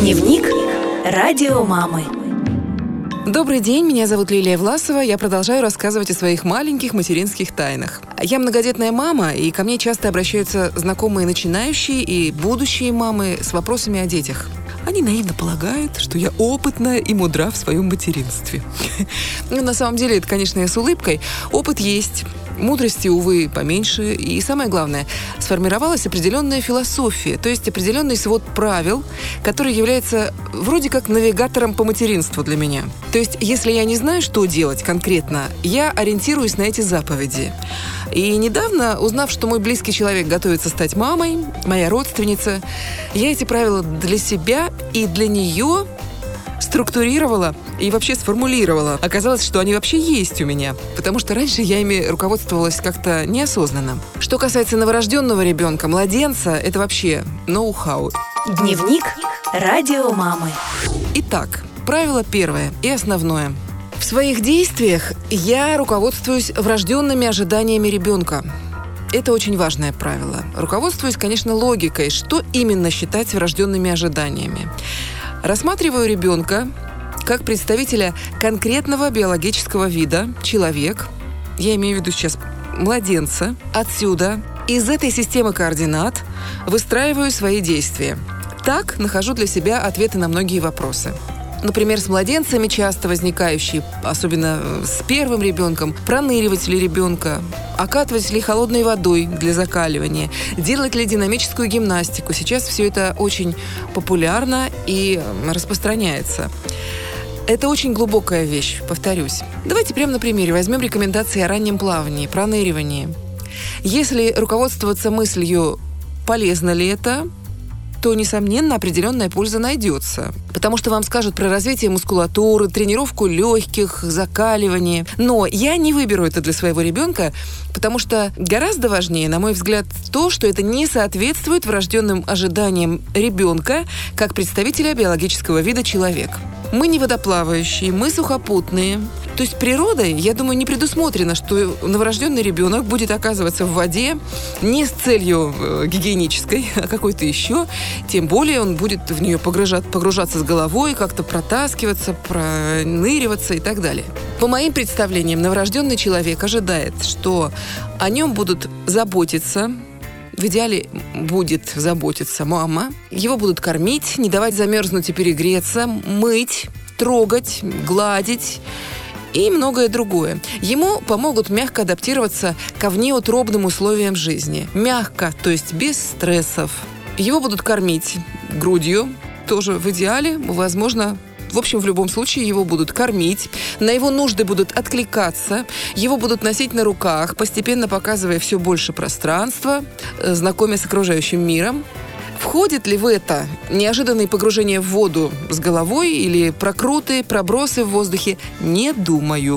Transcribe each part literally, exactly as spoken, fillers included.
Дневник радиомамы. Добрый день, меня зовут Лилия Власова. Я продолжаю рассказывать о своих маленьких материнских тайнах. Я многодетная мама, и ко мне часто обращаются знакомые начинающие и будущие мамы с вопросами о детях. Они наивно полагают, что я опытная и мудра в своем материнстве. Но на самом деле это, конечно, я с улыбкой. Опыт есть, мудрости, увы, поменьше. И самое главное, сформировалась определенная философия, то есть определенный свод правил, который является вроде как навигатором по материнству для меня. То есть, если я не знаю, что делать конкретно, я ориентируюсь на эти заповеди. И недавно, узнав, что мой близкий человек готовится стать мамой, моя родственница, я эти правила для себя и для нее структурировала и вообще сформулировала. Оказалось, что они вообще есть у меня, потому что раньше я ими руководствовалась как-то неосознанно. Что касается новорожденного ребенка, младенца, это вообще ноу-хау. Дневник радиомамы. Итак, правило первое и основное. В своих действиях я руководствуюсь врожденными ожиданиями ребенка. Это очень важное правило. Руководствуюсь, конечно, логикой, что именно считать врожденными ожиданиями. Рассматриваю ребенка как представителя конкретного биологического вида, человек, я имею в виду сейчас младенца. Отсюда, из этой системы координат, выстраиваю свои действия. Так нахожу для себя ответы на многие вопросы. Например, с младенцами часто возникающие, особенно с первым ребенком, проныривать ли ребенка, окатывать ли холодной водой для закаливания, делать ли динамическую гимнастику. Сейчас все это очень популярно и распространяется. Это очень глубокая вещь, повторюсь. Давайте прямо на примере возьмем рекомендации о раннем плавании, проныривании. Если руководствоваться мыслью, полезно ли это, то, несомненно, определенная польза найдется. Потому что вам скажут про развитие мускулатуры, тренировку легких, закаливание. Но я не выберу это для своего ребенка, потому что гораздо важнее, на мой взгляд, то, что это не соответствует врожденным ожиданиям ребенка как представителя биологического вида человек. Мы не водоплавающие, мы сухопутные. То есть природой, я думаю, не предусмотрено, что новорожденный ребенок будет оказываться в воде не с целью э, гигиенической, а какой-то еще. Тем более он будет в нее погружаться, погружаться с головой, как-то протаскиваться, проныриваться и так далее. По моим представлениям, новорожденный человек ожидает, что о нем будут заботиться. В идеале будет заботиться мама. Его будут кормить, не давать замерзнуть и перегреться, мыть, трогать, гладить и многое другое. Ему помогут мягко адаптироваться ко внеутробным условиям жизни. Мягко, то есть без стрессов. Его будут кормить грудью, тоже в идеале, возможно, в общем, в любом случае его будут кормить, на его нужды будут откликаться, его будут носить на руках, постепенно показывая все больше пространства, знакомя с окружающим миром. Входит ли в это неожиданное погружение в воду с головой или прокруты, пробросы в воздухе? Не думаю.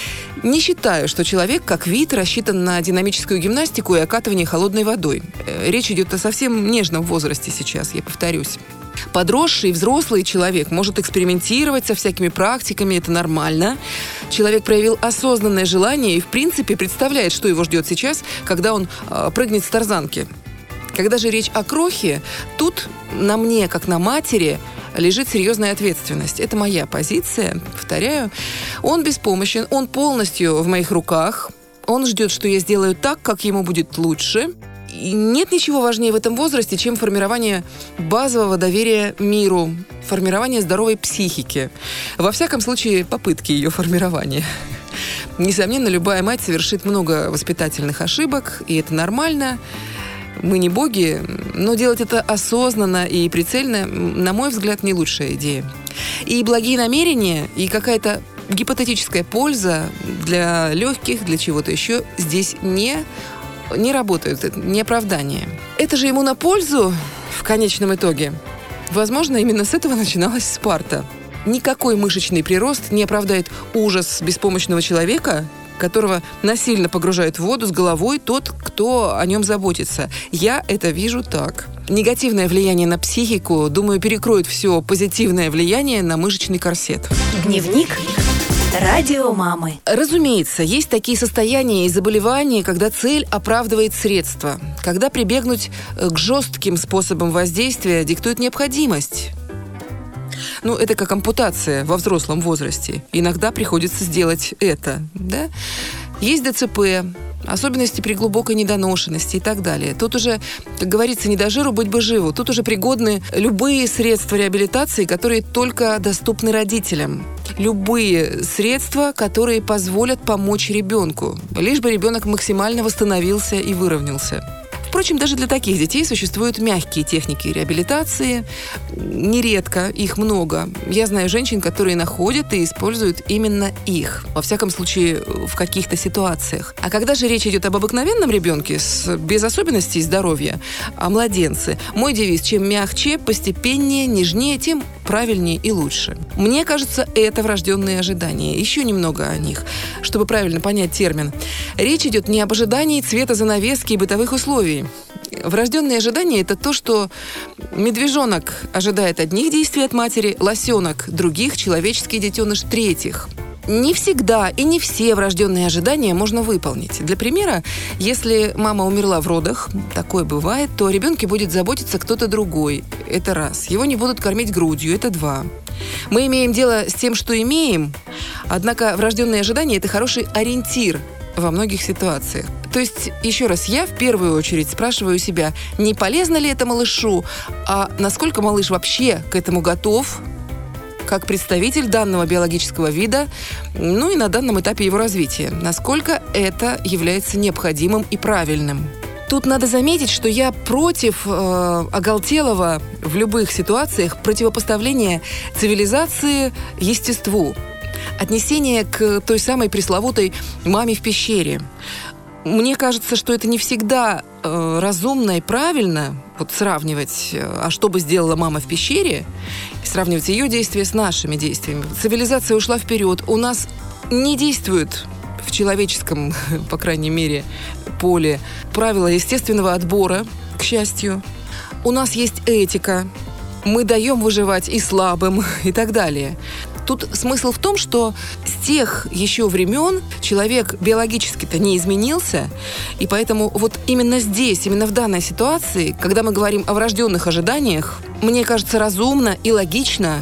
Не считаю, что человек как вид рассчитан на динамическую гимнастику и окатывание холодной водой. Речь идет о совсем нежном возрасте сейчас, я повторюсь. Подросший, взрослый человек может экспериментировать со всякими практиками, это нормально. Человек проявил осознанное желание и, в принципе, представляет, что его ждет сейчас, когда он э, прыгнет с тарзанки. Когда же речь о крохе, тут на мне, как на матери, лежит серьезная ответственность. Это моя позиция, повторяю. Он беспомощен, он полностью в моих руках. Он ждет, что я сделаю так, как ему будет лучше. И нет ничего важнее в этом возрасте, чем формирование базового доверия миру, формирование здоровой психики. Во всяком случае, попытки ее формирования. Несомненно, любая мать совершит много воспитательных ошибок, и это нормально. Мы не боги, но делать это осознанно и прицельно, на мой взгляд, не лучшая идея. И благие намерения, и какая-то гипотетическая польза для легких, для чего-то еще здесь не, не работают. Это не оправдание. Это же ему на пользу в конечном итоге. Возможно, именно с этого начиналась Спарта. Никакой мышечный прирост не оправдает ужас беспомощного человека, которого насильно погружают в воду с головой тот, кто о нем заботится. Я это вижу так. Негативное влияние на психику, думаю, перекроет все позитивное влияние на мышечный корсет. Дневник радиомамы. Разумеется, есть такие состояния и заболевания, когда цель оправдывает средства, когда прибегнуть к жестким способам воздействия диктует необходимость. ну, это как ампутация во взрослом возрасте. Иногда приходится сделать это, да. Есть ДЦП, особенности при глубокой недоношенности и так далее. Тут уже, как говорится, не до жиру, быть бы живу. Тут уже пригодны любые средства реабилитации, которые только доступны родителям. Любые средства, которые позволят помочь ребенку, лишь бы ребенок максимально восстановился и выровнялся. Впрочем, даже для таких детей существуют мягкие техники реабилитации. Нередко их много. Я знаю женщин, которые находят и используют именно их. Во всяком случае, в каких-то ситуациях. А когда же речь идет об обыкновенном ребенке, с, без особенностей здоровья, о младенце, мой девиз: чем мягче, постепеннее, нежнее, тем правильнее и лучше. Мне кажется, это врожденные ожидания. Еще немного о них, чтобы правильно понять термин. Речь идет не об ожидании цвета занавески и бытовых условий. Врожденные ожидания – это то, что медвежонок ожидает одних действий от матери, лосенок – других, человеческий детеныш – третьих. Не всегда и не все врожденные ожидания можно выполнить. Для примера, если мама умерла в родах, такое бывает, то о ребенке будет заботиться кто-то другой. Это раз. Его не будут кормить грудью. Это два. Мы имеем дело с тем, что имеем, однако врожденные ожидания – это хороший ориентир во многих ситуациях. То есть, еще раз, я в первую очередь спрашиваю себя, не полезно ли это малышу, а насколько малыш вообще к этому готов, как представитель данного биологического вида, ну и на данном этапе его развития, насколько это является необходимым и правильным. Тут надо заметить, что я против э, оголтелого в любых ситуациях противопоставления цивилизации естеству. Отнесение к той самой пресловутой «маме в пещере». Мне кажется, что это не всегда э, разумно и правильно вот сравнивать, э, а что бы сделала мама в пещере, сравнивать ее действия с нашими действиями. Цивилизация ушла вперед. У нас не действует в человеческом, по крайней мере, поле правила естественного отбора, к счастью. У нас есть этика. Мы даем выживать и слабым, и так далее. Тут смысл в том, что с тех еще времен человек биологически-то не изменился, и поэтому вот именно здесь, именно в данной ситуации, когда мы говорим о врожденных ожиданиях, мне кажется разумно и логично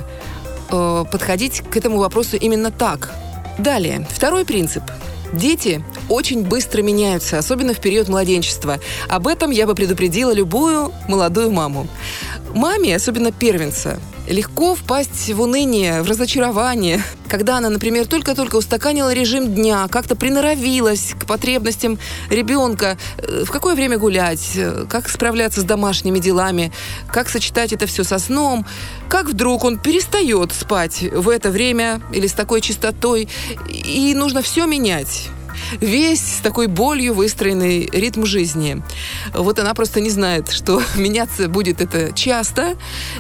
э, подходить к этому вопросу именно так. Далее, второй принцип. Дети очень быстро меняются, особенно в период младенчества. Об этом я бы предупредила любую молодую маму. Маме, особенно первенца, легко впасть в уныние, в разочарование, когда она, например, только-только устаканила режим дня, как-то приноровилась к потребностям ребенка, в какое время гулять, как справляться с домашними делами, как сочетать это все со сном, как вдруг он перестает спать в это время или с такой частотой, и нужно все менять. Весь с такой болью выстроенный ритм жизни. Вот она просто не знает, что меняться будет это часто,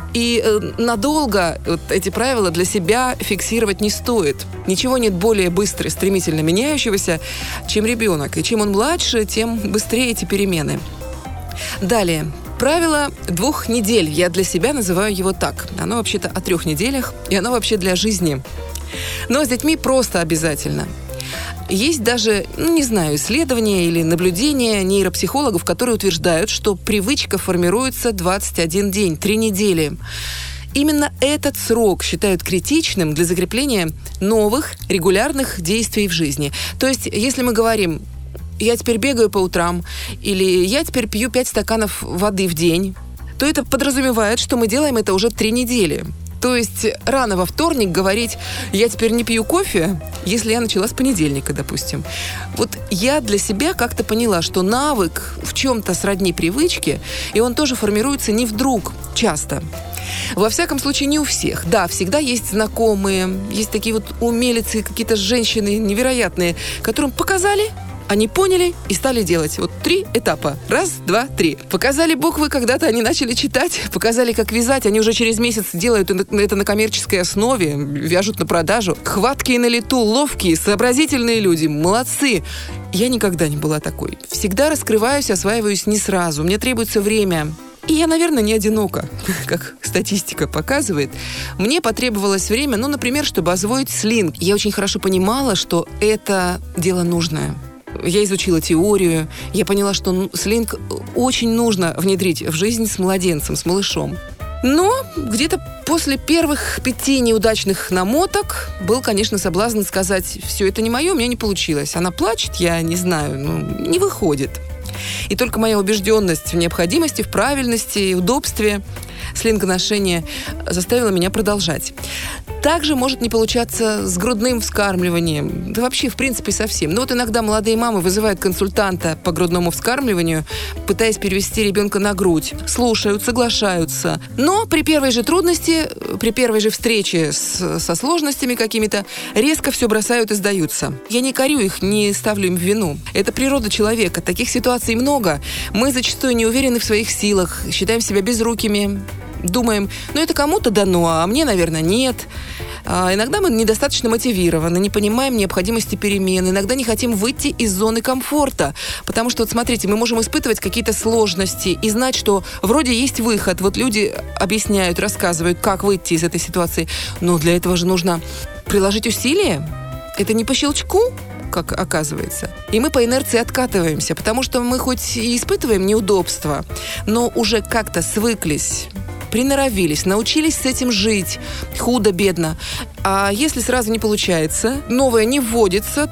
и надолго вот эти правила для себя фиксировать не стоит. Ничего нет более быстро, стремительно меняющегося, чем ребенок. И чем он младше, тем быстрее эти перемены. Далее. Правило двух недель. Я для себя называю его так. Оно вообще-то о трех неделях, и оно вообще для жизни. Но с детьми просто обязательно. Есть даже, ну, не знаю, исследования или наблюдения нейропсихологов, которые утверждают, что привычка формируется двадцать один день, три недели. Именно этот срок считают критичным для закрепления новых регулярных действий в жизни. То есть, если мы говорим «я теперь бегаю по утрам» или «я теперь пью пять стаканов воды в день», то это подразумевает, что мы делаем это уже три недели. То есть рано во вторник говорить «я теперь не пью кофе», если я начала с понедельника, допустим. Вот я для себя как-то поняла, что навык в чем-то сродни привычке, и он тоже формируется не вдруг, часто. Во всяком случае, не у всех. Да, всегда есть знакомые, есть такие вот умелицы, какие-то женщины невероятные, которым показали, они поняли и стали делать. Вот три этапа. Раз, два, три. Показали буквы, когда-то они начали читать. Показали, как вязать. Они уже через месяц делают это на коммерческой основе. Вяжут на продажу. Хваткие на лету, ловкие, сообразительные люди. Молодцы. Я никогда не была такой. Всегда раскрываюсь, осваиваюсь не сразу. Мне требуется время. И я, наверное, не одинока, как статистика показывает. Мне потребовалось время, ну, например, чтобы освоить слинг. Я очень хорошо понимала, что это дело нужное. Я изучила теорию, я поняла, что слинг очень нужно внедрить в жизнь с младенцем, с малышом. Но где-то после первых пяти неудачных намоток был, конечно, соблазн сказать: все это не мое, у меня не получилось. Она плачет, я не знаю, ну, не выходит. И только моя убежденность в необходимости, в правильности и удобстве слингоношения заставила меня продолжать. Также может не получаться с грудным вскармливанием. Да вообще, в принципе, совсем. Но вот иногда молодые мамы вызывают консультанта по грудному вскармливанию, пытаясь перевести ребенка на грудь. Слушают, соглашаются. Но при первой же трудности, при первой же встрече с, со сложностями какими-то, резко все бросают и сдаются. Я не корю их, не ставлю им в вину. Это природа человека. Таких ситуаций много. Мы зачастую не уверены в своих силах, считаем себя безрукими, думаем, ну это кому-то дано, а мне, наверное, нет. А иногда мы недостаточно мотивированы, не понимаем необходимости перемен, иногда не хотим выйти из зоны комфорта. Потому что, вот смотрите, мы можем испытывать какие-то сложности и знать, что вроде есть выход. Вот люди объясняют, рассказывают, как выйти из этой ситуации. Но для этого же нужно приложить усилия. Это не по щелчку, как оказывается. И мы по инерции откатываемся, потому что мы хоть и испытываем неудобства, но уже как-то свыклись, приноровились, научились с этим жить худо-бедно. А если сразу не получается, новое не вводится,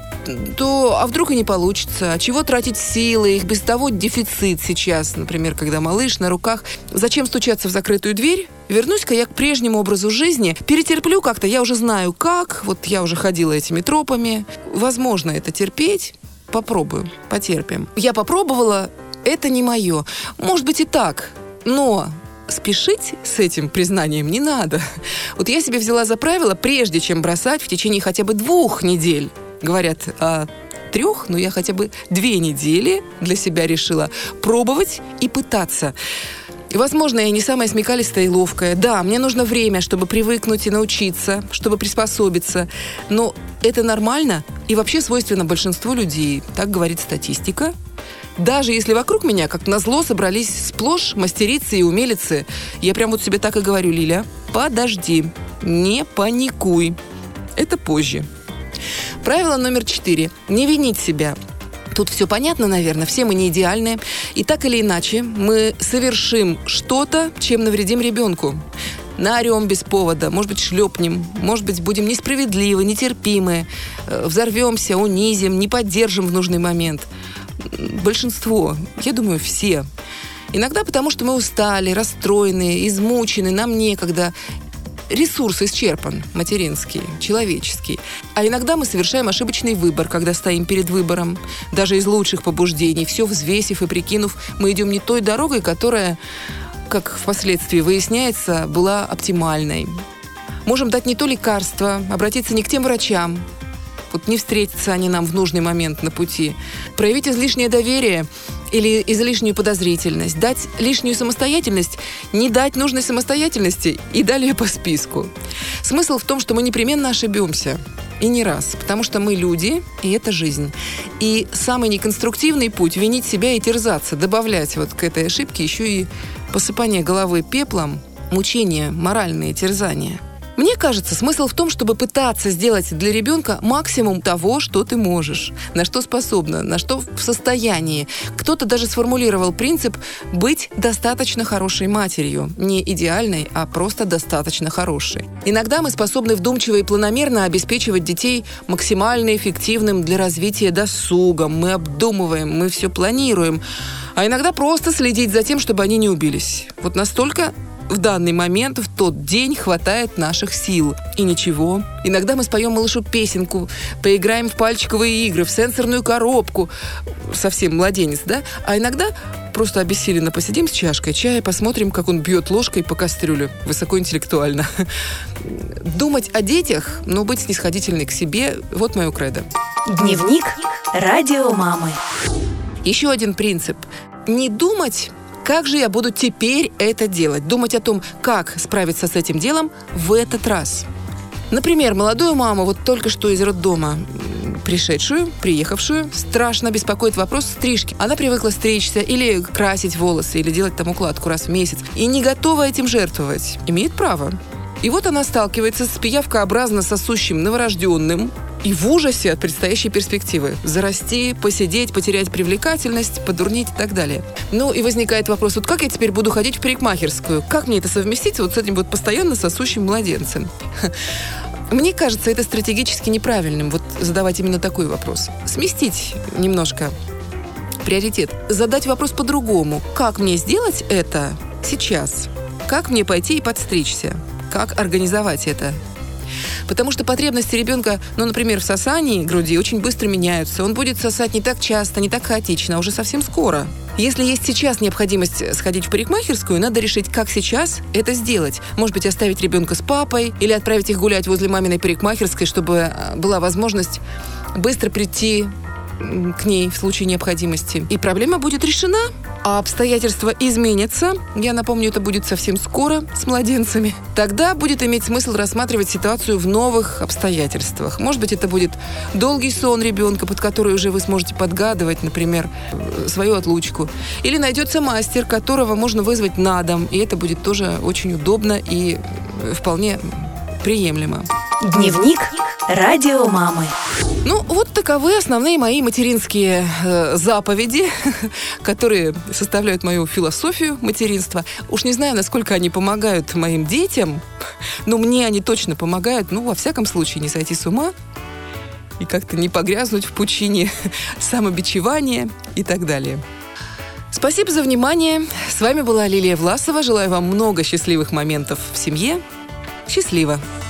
то а вдруг и не получится? А чего тратить силы? Их без того дефицит сейчас, например, когда малыш на руках. Зачем стучаться в закрытую дверь? Вернусь-ка я к прежнему образу жизни, перетерплю как-то, я уже знаю как, вот я уже ходила этими тропами. Возможно это терпеть. Попробую, потерпим. Я попробовала, это не мое. Может быть и так, но спешить с этим признанием не надо. Вот я себе взяла за правило, прежде чем бросать, в течение хотя бы двух недель, говорят о трех, но я хотя бы две недели для себя решила пробовать и пытаться. Возможно, я не самая смекалистая и ловкая. Да, мне нужно время, чтобы привыкнуть и научиться, чтобы приспособиться. Но это нормально и вообще свойственно большинству людей. Так говорит статистика. Даже если вокруг меня, как назло, собрались сплошь мастерицы и умелицы, я прям вот себе так и говорю: Лиля, подожди, не паникуй. Это позже. Правило номер четыре. Не винить себя. Тут все понятно, наверное, все мы не идеальны. И так или иначе мы совершим что-то, чем навредим ребенку. Наорем без повода, может быть, шлепнем, может быть, будем несправедливы, нетерпимы, взорвемся, унизим, не поддержим в нужный момент. Большинство, я думаю, все. Иногда потому, что мы устали, расстроены, измучены, нам некогда. Ресурс исчерпан, материнский, человеческий. А иногда мы совершаем ошибочный выбор, когда стоим перед выбором. Даже из лучших побуждений, все взвесив и прикинув, мы идем не той дорогой, которая, как впоследствии выясняется, была оптимальной. Можем дать не то лекарство, обратиться не к тем врачам. Вот не встретятся они нам в нужный момент на пути. Проявить излишнее доверие или излишнюю подозрительность. Дать лишнюю самостоятельность, не дать нужной самостоятельности и далее по списку. Смысл в том, что мы непременно ошибемся. И не раз. Потому что мы люди, и это жизнь. И самый неконструктивный путь — винить себя и терзаться. Добавлять вот к этой ошибке еще и посыпание головы пеплом, мучения, моральные терзания. Мне кажется, смысл в том, чтобы пытаться сделать для ребенка максимум того, что ты можешь, на что способна, на что в состоянии. Кто-то даже сформулировал принцип быть достаточно хорошей матерью. Не идеальной, а просто достаточно хорошей. Иногда мы способны вдумчиво и планомерно обеспечивать детей максимально эффективным для развития досугом. Мы обдумываем, мы все планируем. А иногда просто следить за тем, чтобы они не убились. Вот настолько в данный момент, в тот день хватает наших сил. И ничего. Иногда мы споем малышу песенку, поиграем в пальчиковые игры, в сенсорную коробку. Совсем младенец, да? А иногда просто обессиленно посидим с чашкой чая, посмотрим, как он бьет ложкой по кастрюле. Высокоинтеллектуально. Думать о детях, но быть снисходительной к себе – вот мое кредо. Дневник радиомамы. Еще один принцип. Не думать, как же я буду теперь это делать. Думать о том, как справиться с этим делом в этот раз. Например, молодую маму, вот только что из роддома пришедшую, приехавшую, страшно беспокоит вопрос стрижки. Она привыкла стричься или красить волосы, или делать там укладку раз в месяц. И не готова этим жертвовать. Имеет право. И вот она сталкивается с пиявкообразно сосущим новорожденным, и в ужасе от предстоящей перспективы. Зарасти, посидеть, потерять привлекательность, подурнеть и так далее. Ну и возникает вопрос, вот как я теперь буду ходить в парикмахерскую? Как мне это совместить вот с этим вот постоянно сосущим младенцем? Мне кажется, это стратегически неправильным, вот задавать именно такой вопрос. Сместить немножко приоритет. Задать вопрос по-другому. Как мне сделать это сейчас? Как мне пойти и подстричься? Как организовать это? Потому что потребности ребенка, ну, например, в сосании груди очень быстро меняются. Он будет сосать не так часто, не так хаотично, а уже совсем скоро. Если есть сейчас необходимость сходить в парикмахерскую, надо решить, как сейчас это сделать. Может быть, оставить ребенка с папой или отправить их гулять возле маминой парикмахерской, чтобы была возможность быстро прийти к ней в случае необходимости. И проблема будет решена, а обстоятельства изменятся. Я напомню, это будет совсем скоро с младенцами. Тогда будет иметь смысл рассматривать ситуацию в новых обстоятельствах. Может быть, это будет долгий сон ребенка, под который уже вы сможете подгадывать, например, свою отлучку. Или найдется мастер, которого можно вызвать на дом, и это будет тоже очень удобно и вполне приемлемо. Дневник радио мамы. Ну, вот таковы основные мои материнские э, заповеди, которые составляют мою философию материнства. Уж не знаю, насколько они помогают моим детям, но мне они точно помогают, ну, во всяком случае, не сойти с ума и как-то не погрязнуть в пучине самобичевания и так далее. Спасибо за внимание. С вами была Лилия Власова. Желаю вам много счастливых моментов в семье. Счастливо!